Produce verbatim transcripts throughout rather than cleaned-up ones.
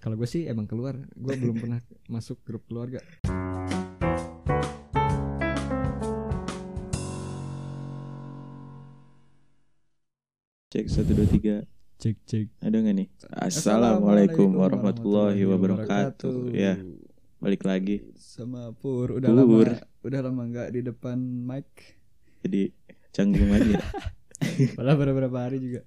Kalau gue sih emang keluar, gue belum pernah masuk grup keluarga. Cek satu dua tiga. Cek cek. Ada nggak nih? Assalamualaikum warahmatullahi wabarakatuh. Ya, balik lagi sama Pur. Udah Pur. lama, udah lama nggak di depan mic. Jadi canggung aja. Malah beberapa hari juga.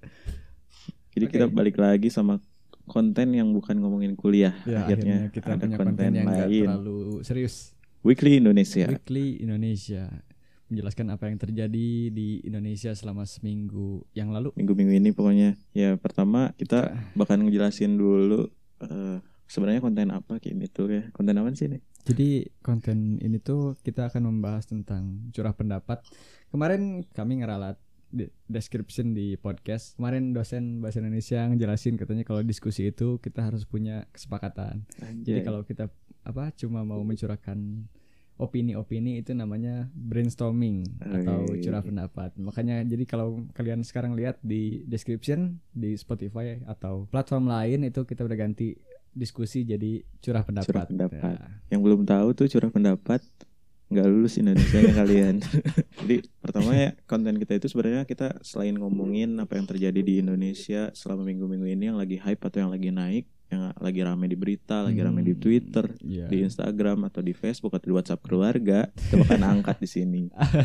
Jadi Oke. kita balik lagi sama konten yang bukan ngomongin kuliah. Ya, akhirnya, akhirnya kita ada punya konten, konten yang nggak lain. terlalu serius. Weekly Indonesia. Weekly Indonesia, menjelaskan apa yang terjadi di Indonesia selama seminggu yang lalu. Minggu-minggu ini pokoknya. Ya pertama kita bakal ngejelasin dulu uh, sebenarnya konten apa kayak gitu ya. Konten apa sih ini? Jadi konten ini tuh kita akan membahas tentang curah pendapat. Kemarin kami ngeralat di description di podcast. Kemarin dosen bahasa Indonesia ngejelasin katanya kalau diskusi itu kita harus punya kesepakatan. Anjay. Jadi kalau kita apa cuma mau mencurahkan opini-opini itu namanya brainstorming atau Oi. curah pendapat. Makanya jadi kalau kalian sekarang lihat di description di Spotify atau platform lain itu kita udah ganti diskusi jadi curah pendapat. Curah pendapat. Ya. Yang belum tahu tuh curah pendapat nggak lulus Indonesia ya kalian. Jadi pertama ya konten kita itu sebenarnya kita selain ngomongin apa yang terjadi di Indonesia selama minggu-minggu ini yang lagi hype atau yang lagi naik, yang lagi rame di berita, lagi rame di Twitter, Yeah. di Instagram atau di Facebook atau di WhatsApp keluarga, kita bakal angkat di sini.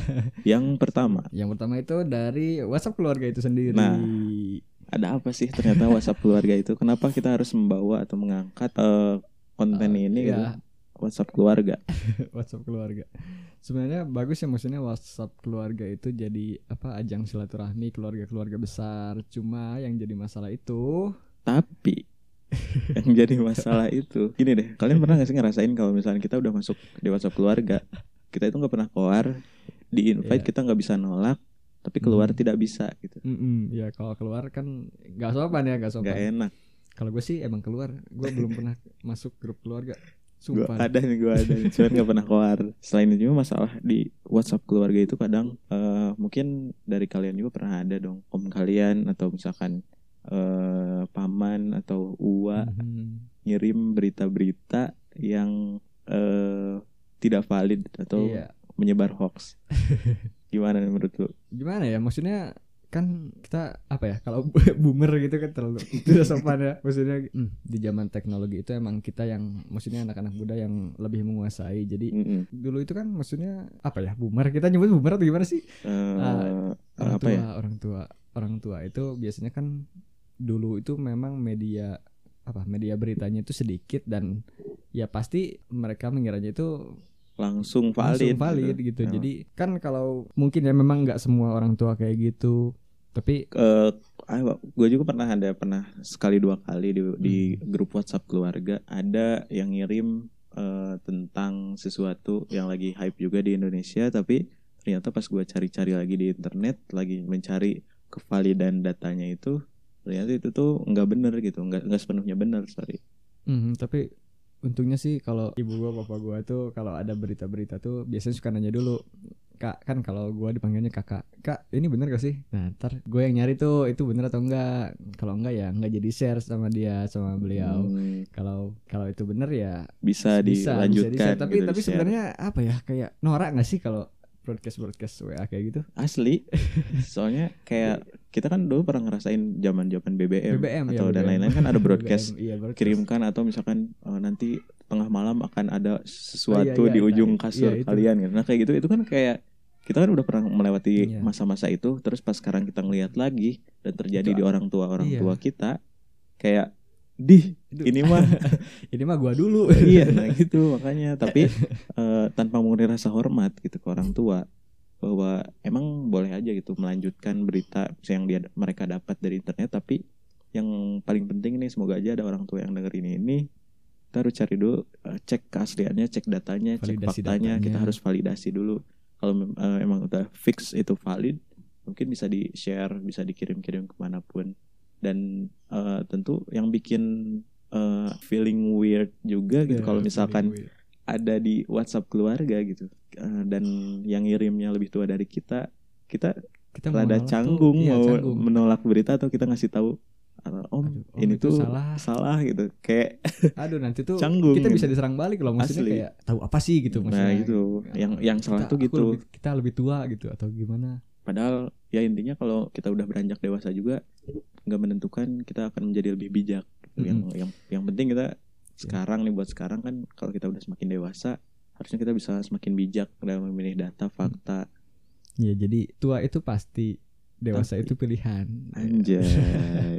Yang pertama, Yang pertama itu dari WhatsApp keluarga itu sendiri. Nah, ada apa sih ternyata WhatsApp keluarga itu? Kenapa kita harus membawa atau mengangkat uh, konten Uh, ini iya. gitu? WhatsApp keluarga. WhatsApp keluarga. Sebenarnya bagus ya, maksudnya WhatsApp keluarga itu jadi apa ajang silaturahmi keluarga-keluarga besar. Cuma yang jadi masalah itu Tapi yang jadi masalah itu gini deh, kalian pernah gak sih ngerasain kalau misalnya kita udah masuk di WhatsApp keluarga, kita itu gak pernah keluar, di invite Yeah. kita gak bisa nolak, tapi keluar Hmm. tidak bisa gitu. Mm-mm, ya kalau keluar kan nggak sopan ya, nggak sopan. Gak enak. Kalau gue sih emang keluar, gue belum pernah masuk grup keluarga. Gue Sumpah. ada nih, gue ada nih, cuman gak pernah keluar. Selain itu juga masalah di WhatsApp keluarga itu kadang uh, mungkin dari kalian juga pernah ada dong, om kalian atau misalkan uh, paman atau uwa Mhm. ngirim berita-berita yang uh, tidak valid atau Iya. menyebar hoax. Gimana nih menurut lu? Gimana ya, maksudnya kan kita apa ya, kalau boomer gitu kan terlalu tidak sopan ya. Maksudnya hmm, di zaman teknologi itu emang kita yang maksudnya anak-anak muda yang lebih menguasai. Jadi Mm-mm. dulu itu kan maksudnya apa ya, boomer, kita nyebut boomer atau gimana sih? Uh, orang apa tua, ya? orang tua, orang tua itu biasanya kan dulu itu memang media apa media beritanya itu sedikit dan ya pasti mereka mengiranya itu Langsung valid, langsung valid gitu. Memang. Jadi kan kalau mungkin ya memang nggak semua orang tua kayak gitu. Tapi Uh, gue juga pernah ada pernah sekali dua kali di, di grup WhatsApp keluarga ada yang ngirim uh, tentang sesuatu yang lagi hype juga di Indonesia, tapi ternyata pas gue cari-cari lagi di internet, lagi mencari kevalidan datanya itu, ternyata itu tuh nggak benar gitu, nggak nggak sepenuhnya benar, sorry. hmm, tapi untungnya sih kalau ibu gua, bapak gua tuh kalau ada berita-berita tuh biasanya suka nanya dulu, kak, kan kalau gua dipanggilnya kakak, kak ini bener gak sih? Nah ntar gue yang nyari tuh itu bener atau enggak. Kalau enggak ya enggak jadi share sama dia, sama beliau. Hmm, Kalau kalau itu bener ya bisa, bisa dilanjutkan di-share. Tapi gitu, tapi di-share. sebenarnya apa ya, kayak norak nggak sih kalau broadcast broadcast W A kayak gitu? Asli. Soalnya kayak kita kan dulu pernah ngerasain zaman-zaman B B M, B B M atau ya, dan B B M. lain-lain kan ada broadcast. B B M, iya, broadcast. Kirimkan atau misalkan uh, nanti tengah malam akan ada sesuatu Oh, iya, iya, di ujung iya, kasur iya, itu. kalian gitu. Nah kayak gitu itu kan kayak kita kan udah pernah melewati Iya. masa-masa itu, terus pas sekarang kita ngelihat lagi dan terjadi Itu, di orang tua orang iya. tua kita, kayak di Itu. ini mah Ini mah gua dulu. iya, nah gitu makanya. Tapi uh, tanpa mengurangi rasa hormat gitu ke orang tua, bahwa emang boleh aja gitu melanjutkan berita yang dia mereka dapat dari internet, tapi yang paling penting nih semoga aja ada orang tua yang dengerin ini, kita harus cari dulu, uh, cek keasliannya, cek datanya, cek Validasi faktanya, datanya. kita harus validasi dulu. Kalau uh, emang udah fix itu valid, mungkin bisa di share, bisa dikirim-kirim kemanapun. Dan uh, tentu yang bikin uh, feeling weird juga gitu, Yeah, kalau misalkan feeling weird. ada di WhatsApp keluarga gitu, uh, dan yang ngirimnya lebih tua dari kita, kita Kita mau rada nolak tuh, canggung iya, mau canggung. menolak berita atau kita ngasih tahu Om, Aduh, om, ini itu tuh salah. salah gitu. Kayak aduh nanti tuh canggung kita gitu. bisa diserang balik loh, maksudnya Asli. kayak tahu apa sih gitu maksudnya. Nah gitu, yang yang kita, salah tuh aku gitu. lebih, kita lebih tua gitu atau gimana. Padahal ya intinya kalau kita udah beranjak dewasa juga nggak menentukan kita akan menjadi lebih bijak gitu. Mm-mm. Yang yang yang penting kita sekarang nih, buat sekarang kan kalau kita udah semakin dewasa harusnya kita bisa semakin bijak dalam memilih data, fakta. Ya jadi tua itu pasti, dewasa Tapi- itu pilihan. Anjay.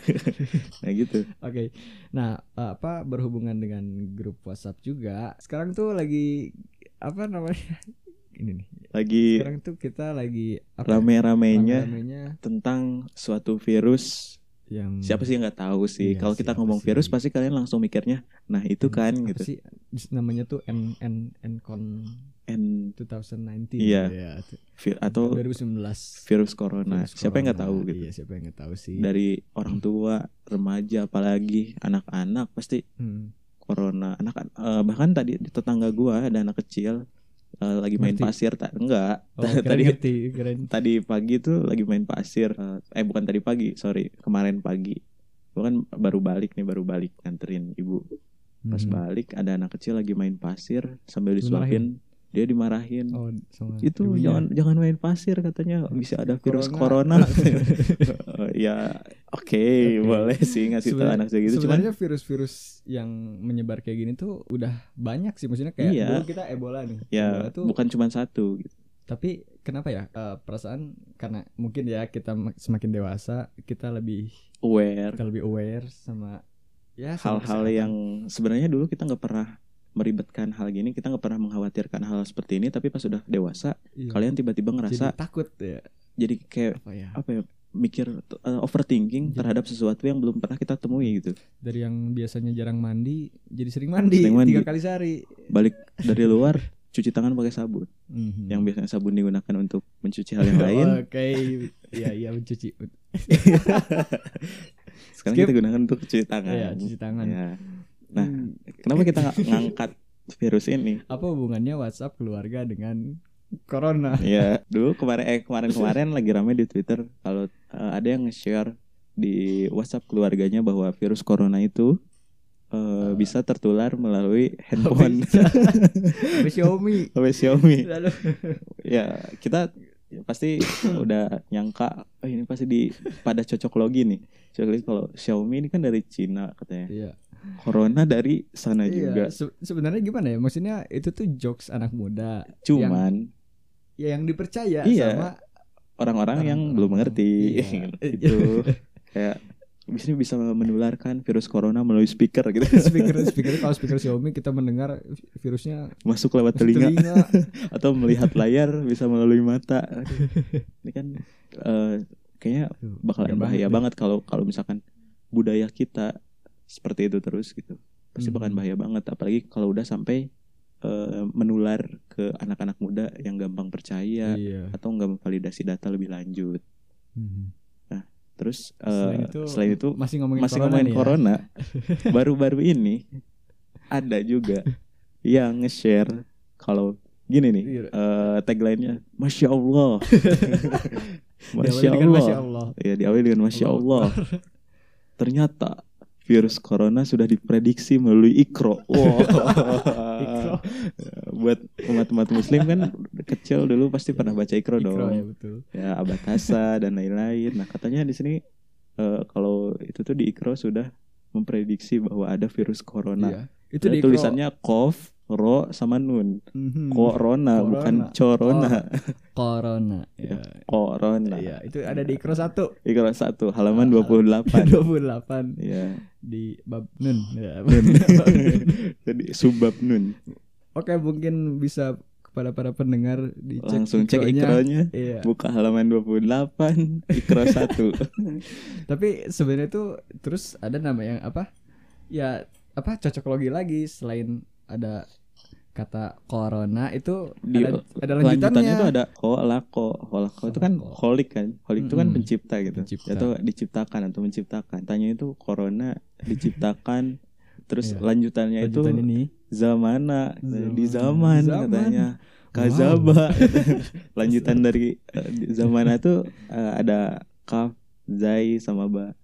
Nah gitu. Oke, nah eh, apa berhubungan dengan grup WhatsApp juga. Sekarang tuh lagi apa namanya? Ini nih. Lagi Sekarang tuh kita lagi apa? rame-ramenya Rame-ramenya tentang suatu virus. yang Siapa sih yang nggak tahu sih? Iya, Kalau kita siapa ngomong sih? virus pasti kalian langsung mikirnya, nah itu N- kan apa gitu. sih namanya tuh N N Ncon And dua ribu sembilan belas Iya. ya, tuh. vi- atau dua ribu sembilan belas virus corona. virus Siapa yang nggak corona. tahu gitu? Iya, siapa yang nggak tahu sih. Dari orang tua, remaja, apalagi anak-anak pasti Hmm. corona. Anak eh, bahkan tadi di tetangga gua ada anak kecil eh, lagi main Ngerti? pasir. Ta- enggak. Oh, keren tadi ngerti, keren. tadi pagi tuh lagi main pasir. Eh, eh bukan tadi pagi, sorry, kemarin pagi. Gua kan baru balik nih, baru balik nganterin ibu. Pas Mhm. balik ada anak kecil lagi main pasir sambil Dimarahin? disuapin, dia dimarahin. Oh, sama Itu ibunya. jangan jangan main pasir katanya, bisa ada virus corona. Corona. Ya oke, Oke. boleh sih ngasih tahu Sebenarnya- anak saya gitu. Cuman sebenarnya virus-virus yang menyebar kayak gini tuh udah banyak sih, maksudnya kayak Iya. dulu kita Ebola nih. ya Ebola tuh, bukan cuma satu gitu. tapi kenapa ya? eh, perasaan karena mungkin ya kita mak- semakin dewasa, kita lebih Aware kita lebih aware sama ya sama hal-hal kesehatan. yang sebenarnya dulu kita nggak pernah meribetkan hal gini, kita nggak pernah mengkhawatirkan hal seperti ini, tapi pas sudah dewasa Iya. kalian tiba-tiba jadi ngerasa takut ya. jadi kayak Apa ya? apa ya, mikir uh, overthinking Jadi- terhadap sesuatu yang belum pernah kita temui gitu. Dari yang biasanya jarang mandi jadi sering mandi, Sering mandi. tiga kali sehari. Balik dari luar cuci tangan pakai sabun. Mhm. Yang biasanya sabun digunakan untuk mencuci hal yang lain, Oke, iya iya mencuci. sekarang Skip. kita gunakan untuk cuci tangan. Iya, cuci tangan. Ya. Nah, Hmm. kenapa kita nggak ngangkat virus ini? Apa hubungannya WhatsApp keluarga dengan corona? Ya, dulu kemarin eh kemarin-kemarin lagi ramai di Twitter kalau eh, ada yang nge-share di WhatsApp keluarganya bahwa virus corona itu eh, bisa tertular melalui handphone Habis Xiaomi. H P Xiaomi. Lalu Ya, kita pasti udah nyangka oh, ini pasti di pada cocok logi nih. Cocok logi kalau Xiaomi ini kan dari Cina katanya. iya. Corona dari sana juga. Iya, se- sebenarnya gimana ya? Maksudnya itu tuh jokes anak muda. Yang, Cuman ya yang dipercaya Iya. sama orang-orang yang Orang-orang. belum mengerti Iya. gitu. Kayak bisa bisa menularkan virus corona melalui speaker gitu. speaker speaker kalau speaker Xiaomi kita mendengar virusnya Masuk lewat telinga, telinga. atau melihat layar bisa melalui mata. Aduh, ini kan eh, kayaknya bakalan Bahaya bahaya banget banget kalau kalau misalkan budaya kita seperti itu terus gitu. Pasti Hmm. bakalan bahaya banget, apalagi kalau udah sampai eh, menular ke anak-anak muda yang gampang percaya Iya. atau nggak memvalidasi data lebih lanjut. Mhm. Terus eh, Selain itu, selain itu masih ngomongin masih corona ngomongin nih ya. corona, baru-baru ini ada juga yang nge-share kalau gini nih Iya. eh, tagline-nya Masya Allah. Masya Diawali dengan Allah. Masya Allah. Ya, diawali dengan Masya Allahu Allah. Ternyata virus corona sudah diprediksi melalui Iqra. Wow. Iqra. Buat umat-umat muslim kan kecil dulu pasti pernah baca Iqra dong. Ikro, ya betul. Ya, Abatasa dan lain-lain. Nah, katanya di sini eh, kalau itu tuh di Iqra sudah memprediksi bahwa ada virus corona. Iya. Itu Dan di Ikro. tulisannya Qaf, Ro sama Nun. Mhm. Corona, Corona. bukan corona. Corona. Ya. Corona. Iya, itu ada di Ikro satu. Iqra satu halaman dua puluh delapan. dua puluh delapan Ya. di bab nun. Ya. Nun. Jadi subbab Nun. Oke, mungkin bisa kepada para pendengar dicek Langsung cek Ikronya. Iqranya. Iya. Buka halaman dua puluh delapan, Iqra satu. Tapi sebenarnya tuh terus ada nama yang apa? Ya, apa cocok logi lagi selain ada kata corona itu Di ada, ada lanjutannya. lanjutannya itu ada holako. Holako itu kan Holako. holik kan. Holik itu kan Mm-mm. pencipta gitu. Pencipta. Atau diciptakan atau menciptakan. Tanya itu corona diciptakan. Terus Iya. lanjutannya itu Lanjutan ini zamana, Zaman. di zaman, Zaman. katanya. Kazaba. Lanjutan dari eh, di zamana itu eh, ada kaf, zai sama ba.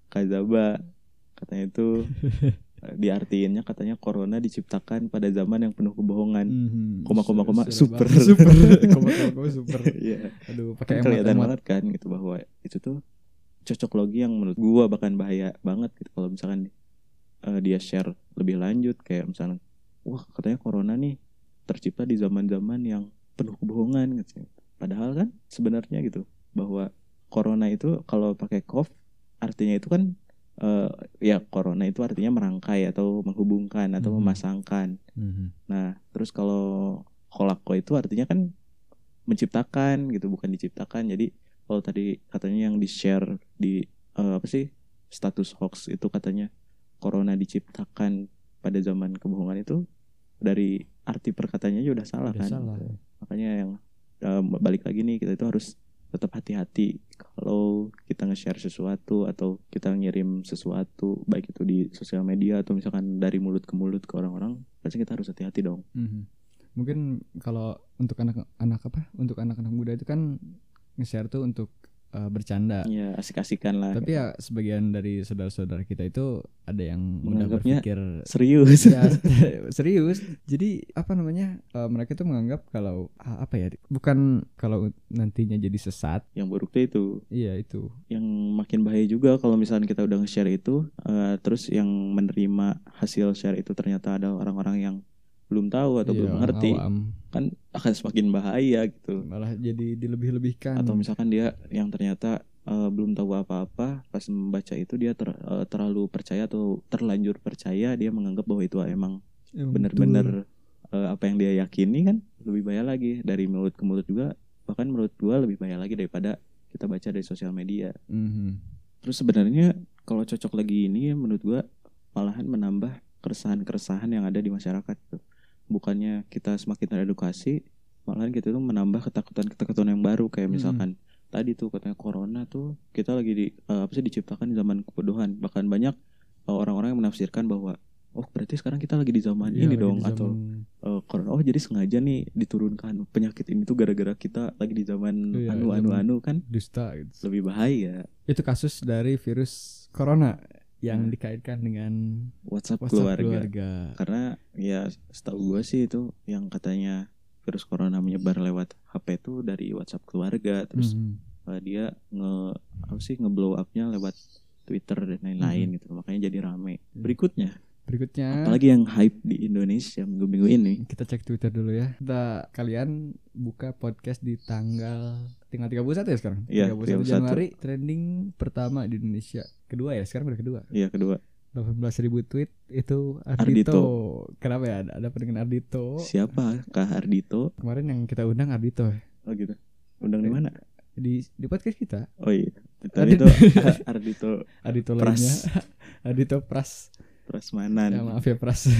Kazaba katanya itu diartiinnya katanya corona diciptakan pada zaman yang penuh kebohongan. Mhm. Koma koma koma Sudah super. banget. Super. Koma koma koma super. Iya. Aduh, Kan pakai kelihatan emot-emot. banget kan gitu bahwa itu tuh cocok logi yang menurut gua bahkan bahaya banget gitu kalau misalkan uh, dia share lebih lanjut kayak misalnya wah katanya corona nih tercipta di zaman-zaman yang penuh kebohongan gitu. Padahal kan sebenarnya gitu bahwa corona itu kalau pakai cof artinya itu kan uh, ya corona itu artinya merangkai atau menghubungkan atau Mhm. memasangkan. Mhm. Nah, terus kalau kolako itu artinya kan menciptakan gitu, bukan diciptakan. Jadi kalau tadi katanya yang di-share di uh, apa sih status hoax itu katanya corona diciptakan pada zaman kebohongan itu dari arti perkataannya aja udah salah Udah kan. salah. Makanya yang uh, balik lagi nih kita itu harus tetap hati-hati kalau kita nge-share sesuatu atau kita ngirim sesuatu baik itu di sosial media atau misalkan dari mulut ke mulut ke orang-orang, pasti kita harus hati-hati dong. Mhm. Mungkin kalau untuk anak-anak apa? Untuk anak-anak muda itu kan nge-share tuh untuk uh, bercanda. Ya asik-asikan lah. Tapi gitu. ya sebagian dari saudara-saudara kita itu ada yang mudah Menganggapnya berpikir serius. ya, serius. Jadi apa namanya? Uh, mereka tuh menganggap kalau uh, apa ya? Bukan kalau nantinya jadi sesat. Yang buruk tuh itu. Iya itu. Yang makin bahaya juga kalau misalnya kita udah nge-share itu, uh, terus yang menerima hasil share itu ternyata ada orang-orang yang belum tahu atau iya, belum mengerti, awam. Kan akan semakin bahaya gitu. Malah jadi dilebih-lebihkan. Atau misalkan dia yang ternyata uh, belum tahu apa-apa, pas membaca itu dia ter, uh, terlalu percaya atau terlanjur percaya, dia menganggap bahwa itu emang Ya, benar-benar uh, apa yang dia yakini kan lebih bahaya lagi dari mulut ke mulut juga, bahkan menurut gua lebih bahaya lagi daripada kita baca dari sosial media. Mm-hmm. Terus sebenarnya kalau cocok lagi ini menurut gua malahan menambah keresahan-keresahan yang ada di masyarakat tuh. Bukannya kita semakin teredukasi, malahan kita tuh menambah ketakutan-ketakutan yang baru kayak misalkan mm-hmm. tadi tuh katanya corona tuh kita lagi di uh, apa sih diciptakan di zaman kebodohan. Bahkan banyak uh, orang-orang yang menafsirkan bahwa oh berarti sekarang kita lagi di zaman iya, ini lagi dong di zaman... atau uh, corona oh jadi sengaja nih diturunkan penyakit ini tuh gara-gara kita lagi di zaman iya, anu-anu-anu kan dusta gitu. Lebih bahaya. Itu kasus dari virus corona yang hmm. dikaitkan dengan WhatsApp, WhatsApp keluarga. keluarga. Karena ya setahu gue sih itu yang katanya virus corona menyebar lewat H P itu dari WhatsApp keluarga. Terus hmm. uh, dia nge apa sih ngeblow up-nya lewat Twitter dan lain-lain hmm. gitu. Makanya jadi rame. Berikutnya Berikutnya apalagi yang hype di Indonesia minggu-minggu ini. Kita cek Twitter dulu ya. Kita kalian buka podcast di tanggal tinggal tiga puluh satu ya sekarang. Iya, tiga puluh satu Januari trending pertama di Indonesia. Kedua ya, sekarang udah kedua. Iya, kedua. delapan belas ribu tweet itu Ardito. Ardito. Kenapa ya ada ada dengan Ardito? Siapa Kak Ardito? Kemarin yang kita undang Ardito. Oh gitu. Undang di mana? Di di podcast kita. Oh iya. Tadi itu Ardito. Ardito Pras. lainnya. Ardito Pras. Prasmanan. Ya maaf ya Pras.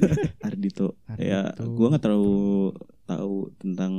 Ardito. Ardito. Ya, gue nggak terlalu tahu tentang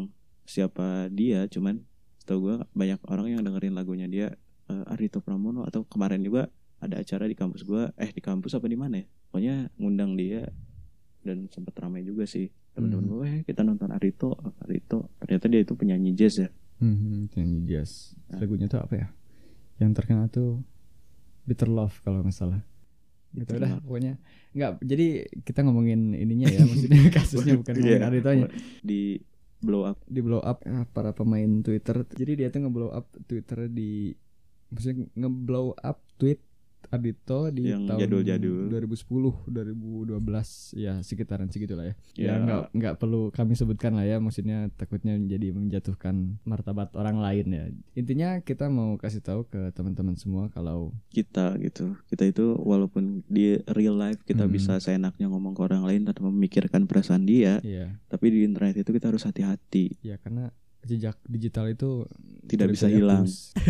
siapa dia, cuman setahu gue banyak orang yang dengerin lagunya dia, uh, Ardito Pramono, atau kemarin juga ada acara di kampus gue, eh di kampus apa di mana ya? Pokoknya ngundang dia dan sempat ramai juga sih teman-teman hmm. gue, eh, kita nonton Ardito, Ardito. Ternyata dia itu penyanyi jazz ya. Hmm, penyanyi jazz. Lagunya tuh apa ya? Yang terkenal tuh Bitter Love kalau nggak salah. Gitu udah pokoknya nggak, jadi kita ngomongin ininya ya, maksudnya kasusnya bukan ngomongin yeah, Arditonya. Di blow up di blow up ah, para pemain Twitter. Jadi dia tuh nge-blow up Twitter di, maksudnya nge-blow up tweet Ardito di yang tahun jadul-jadul dua ribu sepuluh dua ribu dua belas ya, sekitaran segitulah ya. Ya nggak ya, nggak perlu kami sebutkan lah ya, maksudnya takutnya jadi menjatuhkan martabat orang lain ya. Intinya kita mau kasih tahu ke teman-teman semua kalau kita gitu, kita itu walaupun di real life kita hmm. bisa seenaknya ngomong ke orang lain tanpa memikirkan perasaan dia, yeah. tapi di internet itu kita harus hati-hati. Ya karena jejak digital itu tidak bisa hilang.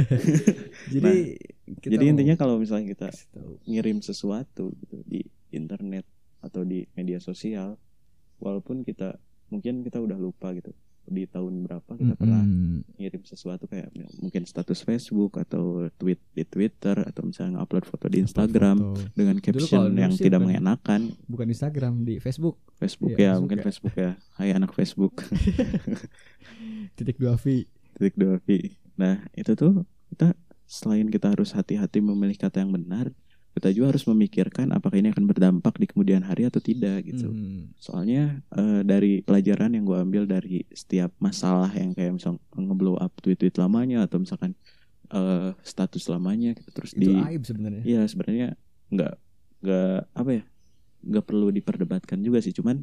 Jadi nah, jadi intinya kalau misalnya kita ngirim sesuatu gitu di internet atau di media sosial, walaupun kita mungkin kita udah lupa gitu di tahun berapa kita mm-hmm. pernah ngirim sesuatu kayak mungkin status Facebook atau tweet di Twitter atau misalnya upload foto di Instagram foto. Dengan caption yang tidak bukan, mengenakan. Bukan Instagram, di Facebook. Facebook ya, ya Facebook mungkin ya. Facebook ya. Hai anak Facebook. Titik dua V. Titik dua V. Nah itu tuh kita selain kita harus hati-hati memilih kata yang benar, kita juga harus memikirkan apakah ini akan berdampak di kemudian hari atau tidak gitu. Hmm. Soalnya uh, dari pelajaran yang gue ambil dari setiap masalah yang kayak misal ngeblow up tweet-tweet lamanya atau misalkan uh, status lamanya gitu, terus Itu di aib sebenarnya. iya sebenarnya nggak nggak apa ya nggak perlu diperdebatkan juga sih, cuman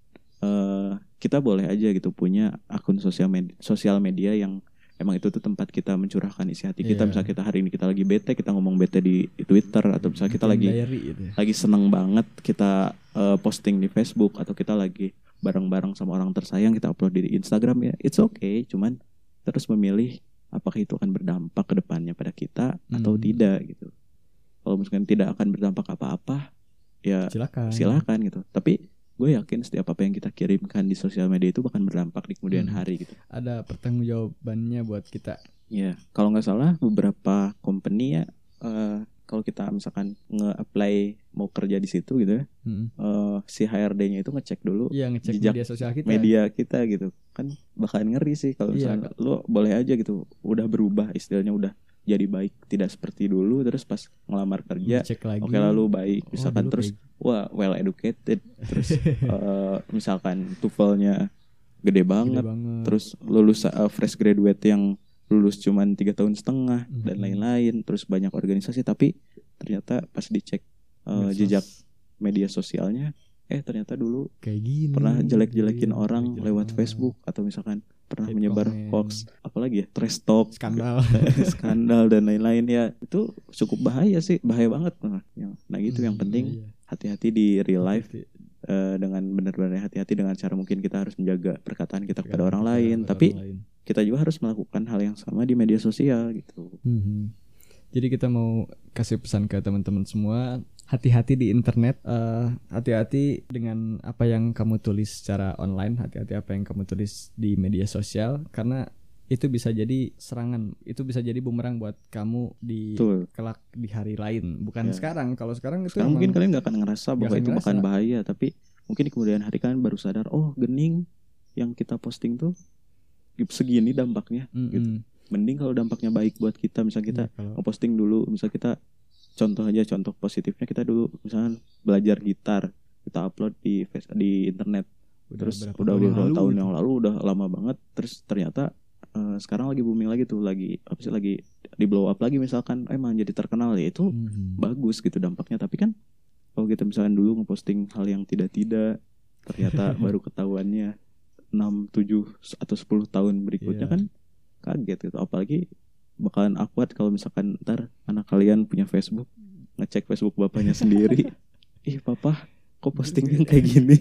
uh, kita boleh aja gitu punya akun sosial media, sosial media yang emang itu tuh tempat kita mencurahkan isi hati kita. Iya. Misalnya kita hari ini kita lagi bete, kita ngomong bete di Twitter, atau misalnya kita lagi Diary gitu ya. lagi seneng banget kita uh, posting di Facebook, atau kita lagi bareng-bareng sama orang tersayang kita upload di Instagram, ya it's okay. Cuman terus memilih apakah itu akan berdampak ke depannya pada kita atau Hmm. tidak gitu. Kalau misalkan tidak akan berdampak apa-apa, ya Silakan. silakan gitu. Tapi gue yakin setiap apa yang kita kirimkan di sosial media itu bakal berdampak di kemudian Hmm. hari gitu. Ada pertanggungjawabannya buat kita. Ya, kalau nggak salah beberapa company ya, uh, kalau kita misalkan nge-apply mau kerja di situ gitu ya, Hmm. uh, si H R D-nya itu ngecek dulu Iya, ngecek jejak media sosial kita. media kita gitu. Kan bakalan ngeri sih kalau Iya. misalkan lu boleh aja gitu udah berubah, istilahnya udah jadi baik, tidak seperti dulu, terus pas ngelamar kerja Cek lagi. oke lalu baik, Oh, misalkan dulu terus kayak- wah well educated, terus uh, misalkan TOEFL-nya gede gede banget, banget. terus lulus uh, fresh graduate yang lulus cuman tiga tahun setengah Mhm. dan lain-lain, terus banyak organisasi, tapi ternyata pas dicek uh, Medsos. jejak media sosialnya, eh ternyata dulu kayak gini. pernah jelek-jelekin Iya, orang jelek-jelek lewat orang. Facebook, atau misalkan pernah Hate menyebar comment. hoax, apalagi ya trash talk, Skandal. skandal dan lain-lain, ya itu cukup bahaya sih, bahaya banget. Nah gitu yang Hmm, penting iya. hati-hati di real life, Hati-hati. uh, dengan benar-benar hati-hati dengan cara mungkin kita harus menjaga perkataan kita kepada Perkataan orang kita lain, kepada tapi orang lain. kita juga harus melakukan hal yang sama di media sosial gitu. Mhm. Jadi kita mau kasih pesan ke teman-teman semua, hati-hati di internet, eh, hati-hati dengan apa yang kamu tulis secara online, hati-hati apa yang kamu tulis di media sosial, karena itu bisa jadi serangan, itu bisa jadi bumerang buat kamu di Betul. kelak di hari lain, bukan Ya. sekarang. Kalau sekarang itu Sekarang mungkin emang- kalian gak akan ngerasa bahwa akan itu ngerasa. bahkan bahaya, tapi mungkin di kemudian hari kalian baru sadar, oh gening yang kita posting tuh segini dampaknya Mm-mm. gitu. Mending kalau dampaknya baik buat kita, misal kita Iya, kalau- ngeposting dulu, misal kita contoh aja, contoh positifnya kita dulu misalnya belajar gitar, kita upload di face- di internet, terus berapa udah tahun yang beberapa lalu tahun gitu. yang lalu, udah lama banget, terus ternyata eh, sekarang lagi booming lagi tuh, lagi apa sih, lagi di blow up lagi misalkan, emang jadi terkenal, ya itu Mhm. bagus gitu dampaknya. Tapi kan kalau kita misalkan dulu ngeposting hal yang tidak-tidak, ternyata baru ketahuannya enam, tujuh atau sepuluh tahun berikutnya, Iya. kan kaget gitu. Apalagi bakalan awkward kalau misalkan ntar anak kalian punya Facebook, ngecek Facebook bapaknya sendiri, ih papa kok posting yang kayak gini.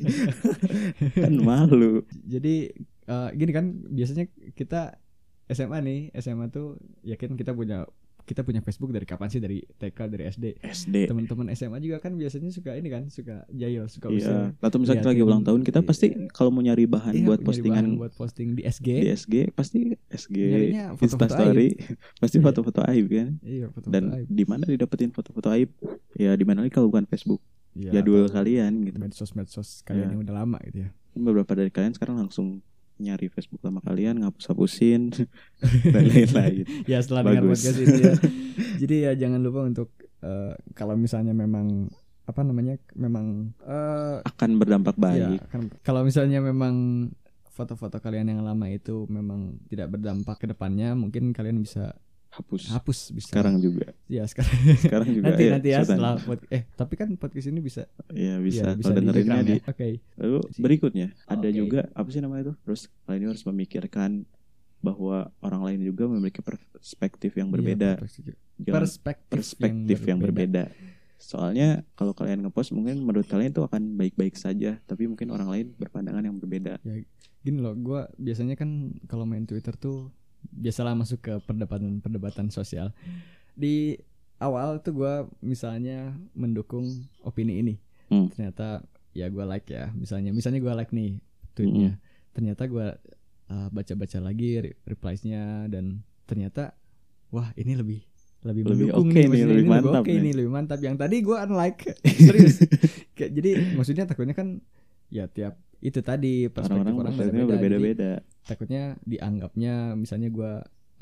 Kan malu. Jadi eh, gini kan, biasanya kita S M A nih, S M A tuh yakin kita punya kita punya Facebook dari kapan sih, dari T K, dari S D. S D. Teman-teman S M A juga kan biasanya suka ini kan, suka jahil, suka usil. Iya. Atau misalnya kita lagi Liatin- ulang tahun, kita pasti kalau mau nyari bahan Iya, buat nyari postingan bahan buat posting di S G. di S G, pasti S G Nyarinya foto-foto Instastory, pasti Iya. foto-foto aib kan. Iya, foto-foto Dan aib. di mana didapetin foto-foto aib? Ya di mana lagi kalau bukan Facebook. Iya, Jadul atau kalian gitu. medsos-medsos kalian Iya. yang udah lama gitu ya. Beberapa dari kalian sekarang langsung nyari Facebook lama kalian, ngapus-hapusin dan lain-lain. Ya setelah dengar Bagus. podcast ini ya. Jadi ya jangan lupa untuk eh, kalau misalnya memang apa namanya memang eh, Akan berdampak ya, baik. kan, kalau misalnya memang foto-foto kalian yang lama itu memang tidak berdampak ke depannya, mungkin kalian bisa Hapus. hapus, bisa. Sekarang juga. Ya sekarang. Sekarang juga. nanti ya, nanti ya sultan. setelah pod- eh tapi kan podcast ini bisa Ya bisa. ya, Kalau dengerinnya direkam di. ya. Oke. Lalu berikutnya ada Oke. juga apa sih namanya itu? Terus kalian harus memikirkan bahwa orang lain juga memiliki perspektif yang berbeda. Iya, perspektif, Jangan perspektif, perspektif yang berbeda. Soalnya kalau kalian ngepost mungkin menurut kalian itu akan baik-baik saja, tapi mungkin orang lain berpandangan yang berbeda. Gini loh, gue biasanya kan kalau main Twitter tuh biasalah masuk ke perdebatan-perdebatan sosial. Di awal tuh gue misalnya mendukung opini ini, Hmm. ternyata ya gue like ya, misalnya misalnya gue like nih tweetnya, Hmm. ternyata gue uh, baca-baca lagi re- replies-nya dan ternyata wah ini lebih lebih Lebih mendukung oke nih, nih, maksudnya lebih ini mantap oke nih. nih, lebih mantap. Yang tadi gue unlike, serius. Kayak, jadi maksudnya takutnya kan ya tiap itu tadi perspektif Orang-orang orang perspektifnya beda-beda. Jadi berbeda-beda. takutnya dianggapnya misalnya gue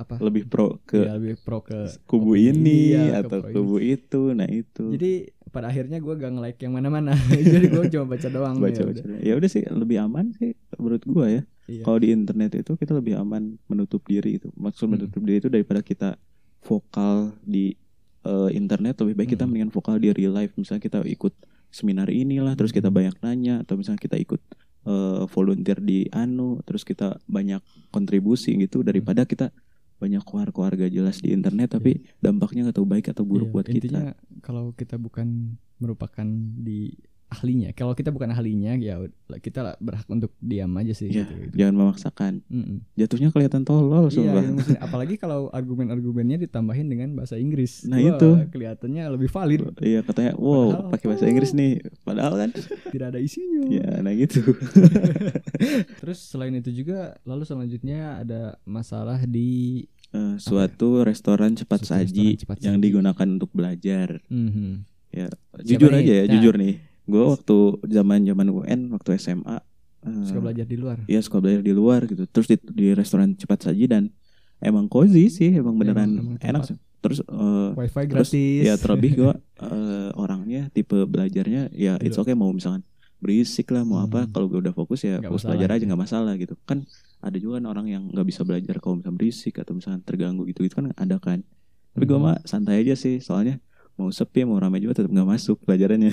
apa? Lebih pro ke Ya, lebih pro ke kubu opini ini dia, atau ke pro kubu ini. itu. Nah itu. Jadi pada akhirnya gue gak nge-like yang mana-mana. Jadi gue cuma baca doang. Baca ya baca. udah. Ya udah sih lebih aman sih menurut gue ya. Iya. Kalau di internet itu kita lebih aman menutup diri itu. Maksud Hmm. menutup diri itu daripada kita vokal di uh, internet, lebih baik kita Hmm. mendingan vokal di real life. Misalnya kita ikut seminar inilah, terus kita Hmm. banyak nanya, atau misalnya kita ikut uh, volunteer di anu, terus kita banyak kontribusi gitu, daripada kita banyak keluar-keluarga jelas di internet tapi dampaknya nggak tahu baik atau buruk Iya, buat intinya kita. kalau kita bukan merupakan di ahlinya, kalau kita bukan ahlinya ya kita berhak untuk diam aja sih. Ya, gitu, gitu. jangan memaksakan. Mm-mm. Jatuhnya kelihatan tolol Iya, sumpah. yang mesti- apalagi kalau argumen-argumennya ditambahin dengan bahasa Inggris. Nah, Wah, itu. kelihatannya lebih valid. Iya, katanya wow Padahal pakai bahasa Inggris nih, padahal kan tidak ada isinya. ya nah gitu. Terus selain itu juga, lalu selanjutnya ada masalah di Uh, suatu restoran cepat Suatu saji restoran cepat yang saji. digunakan untuk belajar. Mhm. Ya, Siapa jujur nih? aja ya, Nah. jujur nih. Gue waktu zaman-zaman U N, waktu S M A, uh, suka belajar di luar. Iya, suka belajar di luar gitu. Terus di, di restoran cepat saji dan emang cozy sih, emang beneran Emang- emang enak tempat. sih. Terus uh, Wifi terus gratis. ya terlebih gue uh, orangnya tipe belajarnya ya Tidak. it's okay, mau misalkan berisik lah mau apa, Hmm. kalau gue udah fokus ya Nggak fokus masalah belajar aja gitu. nggak masalah gitu kan. Ada juga kan orang yang nggak bisa belajar kalau misalnya berisik atau misalnya terganggu gitu gitu kan ada kan. Tapi gue Hmm. mah santai aja sih, soalnya mau sepi mau ramai juga tetap nggak masuk pelajarannya.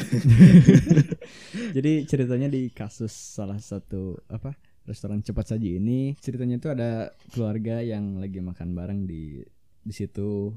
Jadi ceritanya di kasus salah satu apa restoran cepat saji ini, ceritanya itu ada keluarga yang lagi makan bareng di di situ,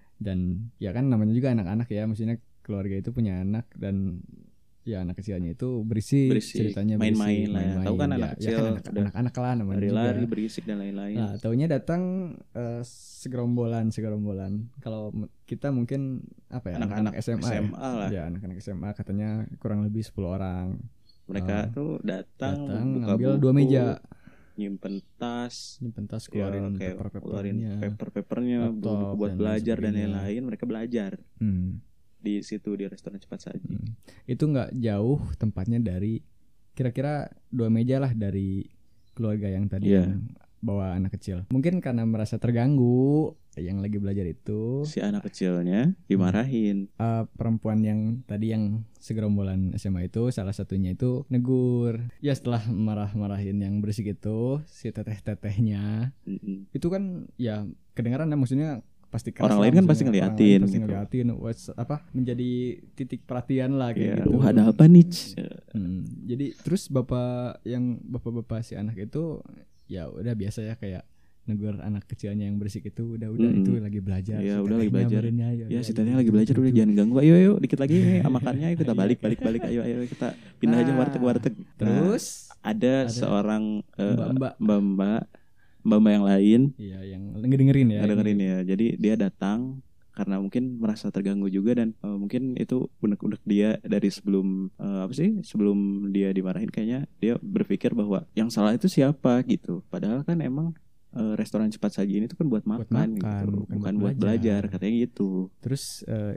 dan ya kan namanya juga anak-anak ya, maksudnya keluarga itu punya anak dan ya anak kecilnya itu berisik, Berisik, ceritanya main-main berisik, lah. main-main. Tahu kan ya, anak ya kecil kan anak, udah anak-anak lah namanya juga. lari-lari berisik dan lain-lain. Nah, taunya datang eh, segerombolan segerombolan. Kalau m- kita mungkin apa ya, Anak-anak anak-anak S M A, S M A ya. lah. Ya, anak-anak S M A katanya kurang lebih sepuluh orang. Mereka Ah, tuh datang, datang buka ngambil buku, dua meja, nyimpen tas, nyimpen tas, ya, keluarin kayak keluarin paper-papernya. paper-papernya, laptop, buku buat dan belajar dan sebagainya. lain-lain. Mereka belajar Hmm, di situ di restoran cepat saji. hmm. Itu nggak jauh tempatnya dari, kira-kira dua meja lah dari keluarga yang tadi Iya. yang bawa anak kecil. Mungkin karena merasa terganggu yang lagi belajar itu, Si anak kecilnya dimarahin. uh, perempuan yang tadi yang segerombolan S M A itu, salah satunya itu negur. Ya setelah marah-marahin yang berisik itu, si teteh-tetehnya Mm-mm. itu kan ya kedengaran ya, maksudnya pasti keras Orang lah, lain kan maksudnya. pasti Orang lain ngeliatin pasti gitu. ngeliatin, what's- apa menjadi titik perhatian lah kayak Ya, gitu. wah ada apa nih? Hmm, jadi terus bapak yang bapak-bapak si anak itu ya udah biasa ya, kayak negur anak kecilnya yang berisik itu, udah udah Mm-mm. itu lagi belajar. Ya, Si udah lagi tetehnya belajar. badannya, Ya si ayo, tetehnya gitu, lagi belajar, gitu, udah gitu. jangan ganggu. Ayo ayo dikit lagi nih makannya, ayo kita balik balik balik. Ayo ayo kita pindah aja Nah, warteg-warteg. Nah, Terus ada, ada seorang eh, mbak-mbak, mbak-mbak mbak-mbak yang lain iya yang ngedengerin ya. nggak dengerin ya. Jadi dia datang karena mungkin merasa terganggu juga dan eh, mungkin itu unek-unek dia dari sebelum eh, apa sih sebelum dia dimarahin, kayaknya dia berpikir bahwa yang salah itu siapa gitu. Padahal kan emang eh, restoran cepat saji ini tuh kan buat makan, makan, gitu, bukan bukan, buat buat belajar. belajar. Katanya gitu. Terus eh,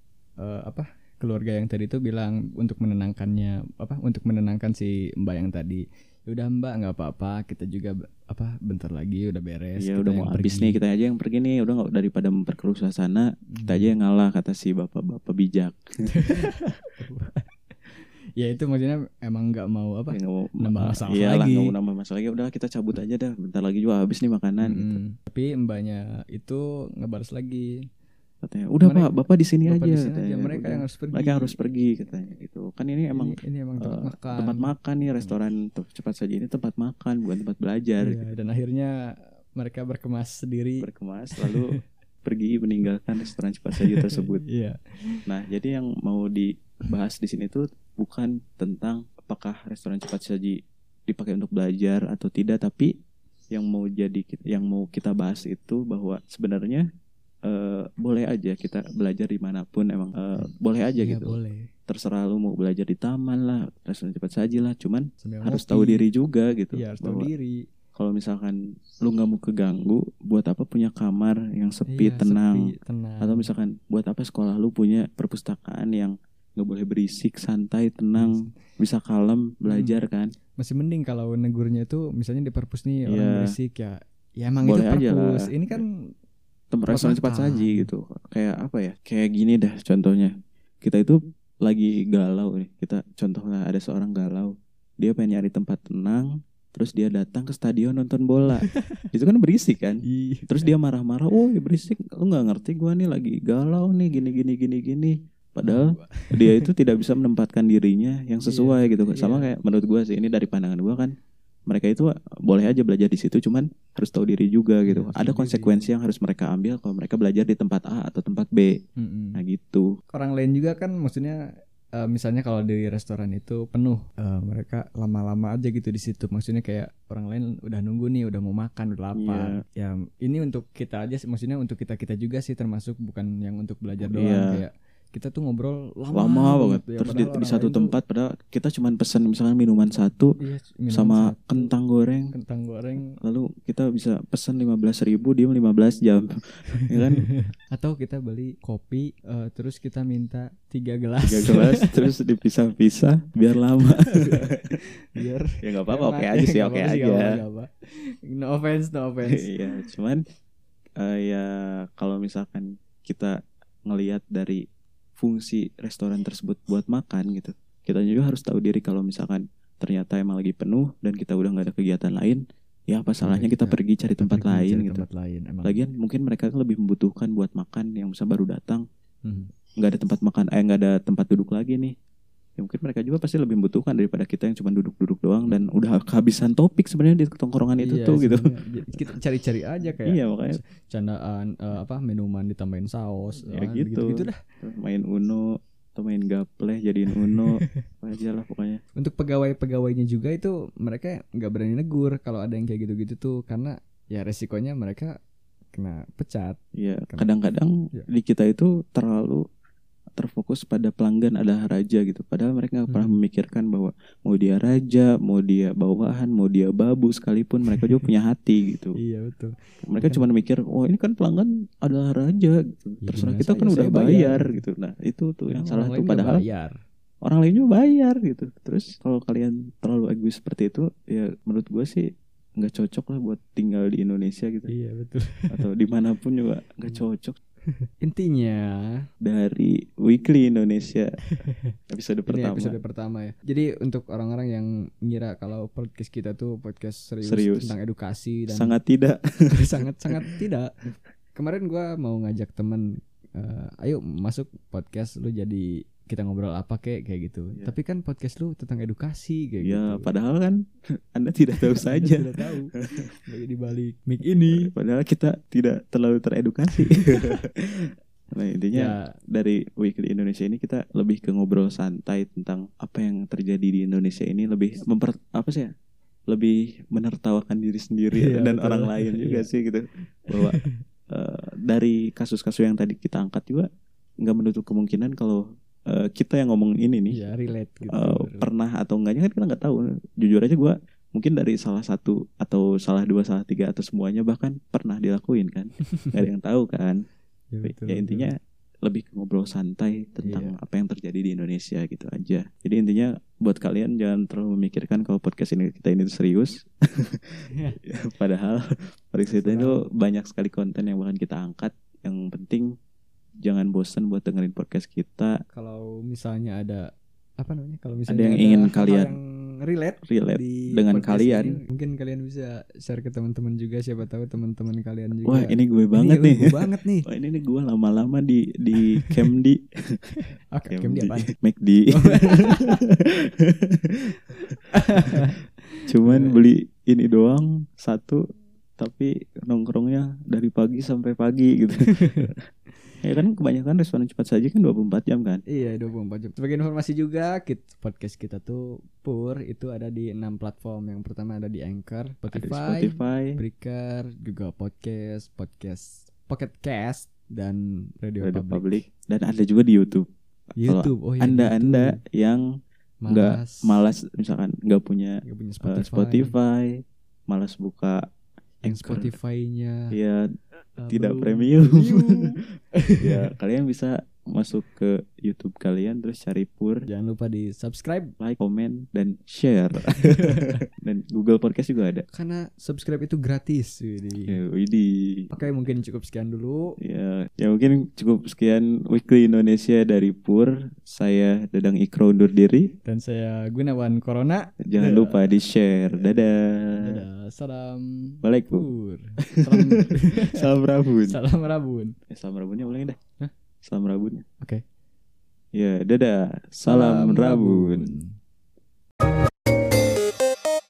eh, apa keluarga yang tadi itu bilang untuk menenangkannya, apa untuk menenangkan si mbak yang tadi, ya udah mbak nggak apa-apa, kita juga b- apa bentar lagi udah beres. Ya kita udah yang mau habis pergi. nih, kita aja yang pergi nih. Udah nggak, daripada memperkeruh suasana, kita aja yang ngalah, kata si bapak-bapak bijak. Ya itu maksudnya emang nggak mau apa Ya, nggak mau nambah masalah iyalah, lagi. nggak mau nambah masalah lagi. Udah kita cabut aja dah. Bentar lagi juga habis nih makanan. Mm-mm. Gitu. Tapi mbaknya itu ngebalas lagi, Katanya udah Mereka- pak, bapak di sini bapak aja. di sini katanya. aja, mereka Udah. yang harus pergi. Mereka harus pergi katanya. Gitu. Kan ini emang ini, ini emang tempat eh, makan. tempat makan nih, restoran te- cepat saji ini tempat makan, bukan tempat belajar. Iya, Gitu. dan akhirnya mereka berkemas sendiri. Berkemas lalu pergi meninggalkan restoran cepat saji tersebut. Iya. Nah, jadi yang mau dibahas di sini tuh bukan tentang apakah restoran cepat saji dipakai untuk belajar atau tidak, tapi yang mau jadi yang mau kita bahas itu bahwa sebenarnya eh, boleh aja kita belajar dimanapun, emang eh, boleh aja Iya, gitu. boleh. Terserah lu mau belajar di taman lah, restoran cepat saji lah, cuman Sambil harus ngopi. tahu diri juga gitu. Iya, harus tahu Bahwa diri. kalau misalkan lu nggak mau keganggu, buat apa punya kamar yang sepi, Iya, tenang. sepi, tenang. Atau misalkan buat apa sekolah lu punya perpustakaan yang nggak boleh berisik, santai, tenang, bisa kalem belajar kan. Masih mending kalau negurnya itu misalnya di perpus nih orang Iya. berisik, ya Ya emang boleh itu aja purpose. lah. Ini kan tempat restoran cepat makan. saji gitu. Kayak apa ya? Kayak gini dah contohnya. Kita itu lagi galau nih. Kita contohnya ada seorang galau. Dia pengen nyari tempat tenang, terus dia datang ke stadion nonton bola. Itu kan berisik kan? Ih, Terus dia marah-marah, "Oh, berisik. Lu nggak ngerti gua nih lagi galau nih gini gini gini gini." Padahal dia itu tidak bisa menempatkan dirinya yang sesuai Iya, gitu. Sama iya. kayak menurut gua sih, ini dari pandangan gua kan, mereka itu boleh aja belajar di situ, cuman harus tahu diri juga gitu. Iya, Ada sendiri. konsekuensi yang harus mereka ambil kalau mereka belajar di tempat A atau tempat B. Mm-mm. Nah gitu. Orang lain juga kan maksudnya eh, misalnya kalau di restoran itu penuh, eh, mereka lama-lama aja gitu di situ. Maksudnya kayak orang lain udah nunggu nih, udah mau makan, udah lapar. Ya ini untuk kita aja sih, maksudnya untuk kita-kita juga sih, termasuk bukan yang untuk belajar doang. Iya. Kayak kita tuh ngobrol lama, Lama banget. Ya, Terus di, padahal di orang satu lain tuh, tempat padahal kita cuman pesan misalkan minuman satu iya, minuman sama satu, kentang goreng. kentang goreng. Lalu kita bisa pesan lima belas ribu, diem lima belas jam. Ya kan? Atau kita beli kopi, eh, terus kita minta tiga gelas. Tiga gelas terus dipisah-pisah biar lama. Biar Ya nggak apa-apa, oke enak. aja sih, Nggak oke apa-apa sih, aja. nggak apa-apa, nggak apa. No offense, no offense. Iya, cuman eh, ya kalau misalkan kita ngelihat dari fungsi restoran tersebut buat makan gitu, kita juga harus tahu diri kalau misalkan ternyata emang lagi penuh dan kita udah nggak ada kegiatan lain, ya apa salahnya kita, kita- pergi cari Kita tempat pergi lain cari gitu. tempat lain, emang. Lagian mungkin mereka kan lebih membutuhkan buat makan, yang bisa baru datang Hmm. nggak ada tempat makan, eh nggak ada tempat duduk lagi nih. Ya mungkin mereka juga pasti lebih membutuhkan daripada kita yang cuma duduk-duduk doang dan udah kehabisan topik sebenarnya di tongkrongan itu Iya, tuh gitu. sebenarnya kita cari-cari aja kayak Iya makanya candaan, eh, apa minuman ditambahin saus, ya kan, gitu. gitu-gitu dah. Main Uno atau main gapleh jadiin Uno apa aja lah pokoknya. Untuk pegawai-pegawainya juga itu mereka nggak berani negur kalau ada yang kayak gitu-gitu tuh, karena ya resikonya mereka kena pecat. Iya, Karena- kadang-kadang Iya. di kita itu terlalu terfokus pada pelanggan adalah raja gitu. Padahal mereka nggak pernah Hmm. memikirkan bahwa mau dia raja, mau dia bawahan, mau dia babu sekalipun mereka juga punya hati gitu. Iya betul. Mereka Kan- cuma mikir, oh ini kan pelanggan adalah raja gitu. Ya, Terserah gimana kita saya- kan udah saya bayar. bayar. gitu. Nah itu tuh yang Orang salah lain tuh. nggak Padahal bayar. orang lain juga bayar gitu. Terus kalau kalian terlalu egois seperti itu, ya menurut gue sih nggak cocok lah buat tinggal di Indonesia gitu. Iya betul. Atau dimanapun juga nggak cocok. Intinya Dari Weekly Indonesia episode ini pertama. episode pertama ya. Jadi untuk orang-orang yang ngira kalau podcast kita tuh podcast serius, Serius. tentang edukasi dan Sangat tidak. sangat sangat tidak. Kemarin gua mau ngajak temen, eh, ayo masuk podcast lu, jadi kita ngobrol apa kek kayak gitu. Ya. Tapi kan podcast lu tentang edukasi kayak Ya gitu. padahal kan Anda tidak tahu Anda saja. tidak tahu. Lagi di balik mic ini. Padahal kita tidak terlalu teredukasi. Nah intinya Ya, dari Weekly Indonesia ini kita lebih ke ngobrol santai tentang apa yang terjadi di Indonesia ini, lebih memper apa sih ya? Lebih menertawakan diri sendiri Iya, dan betul. orang lain juga Iya. sih gitu. Bahwa eh, dari kasus-kasus yang tadi kita angkat juga nggak menutup kemungkinan kalau eh, kita yang ngomong ini nih ya relate gitu. eh, pernah atau enggaknya kan kita nggak tahu. Jujur aja gue mungkin dari salah satu atau salah dua, salah tiga atau semuanya bahkan pernah dilakuin kan. Gak ada yang tahu kan. Ya, betul, Ya betul. intinya lebih ke ngobrol santai tentang Iya. apa yang terjadi di Indonesia gitu aja. Jadi intinya buat kalian jangan terlalu memikirkan kalau podcast ini kita ini tuh serius. Padahal podcast kita itu banyak sekali konten yang bahkan kita angkat. Yang penting jangan bosan buat dengerin podcast kita. Kalau misalnya ada apa namanya? Kalau misalnya Ada yang ingin hal-hal kalian yang relate relate di dengan podcast kalian. ini, mungkin kalian bisa share ke teman-teman juga, siapa tahu teman-teman kalian juga. Wah ini gue banget Ini nih. gue banget nih. Wah ini nih gue lama-lama di di Camdi. Oke, Camdi apaan? McD. Cuman beli ini doang satu, tapi nongkrongnya dari pagi sampai pagi gitu. Ya kan kebanyakan restoran cepat saji kan dua puluh empat jam kan. Iya, dua puluh empat jam. Sebagai informasi juga, kit, podcast kita tuh Pur itu ada di enam platform. Yang pertama ada di Anchor, Ada Spotify, di Spotify, Breaker, Google Podcast, Podcast Pocket Cast, dan Radio, Radio Public. Public, dan ada juga di YouTube. YouTube. Oh iya, Anda-anda YouTube. yang nggak Malas, malas misalkan nggak punya nggak punya uh, Spotify, Spotify, malas buka yang Anchor. Spotify-nya ya uh, tidak belum premium. premium. Ya kalian bisa masuk ke YouTube kalian terus cari Pur, Jangan lupa di subscribe, like, komen, dan share. Dan Google Podcast juga ada. karena subscribe itu gratis. Widih. Ya, widih. Oke, mungkin cukup sekian dulu. Ya, ya mungkin cukup sekian Weekly Indonesia dari Pur. Saya Dadang Ikro undur diri. Dan saya Gunawan Corona. Jangan Dadah. lupa di share. Dadah. Dadah. Salam Waalaikum. Pur. Salam Salam Rabun. Salam Rabun. Eh, salam Rabunnya ulangin dah. Hah? Salam Rabunnya. Oke. Ya, dadah. Salam, Rabun.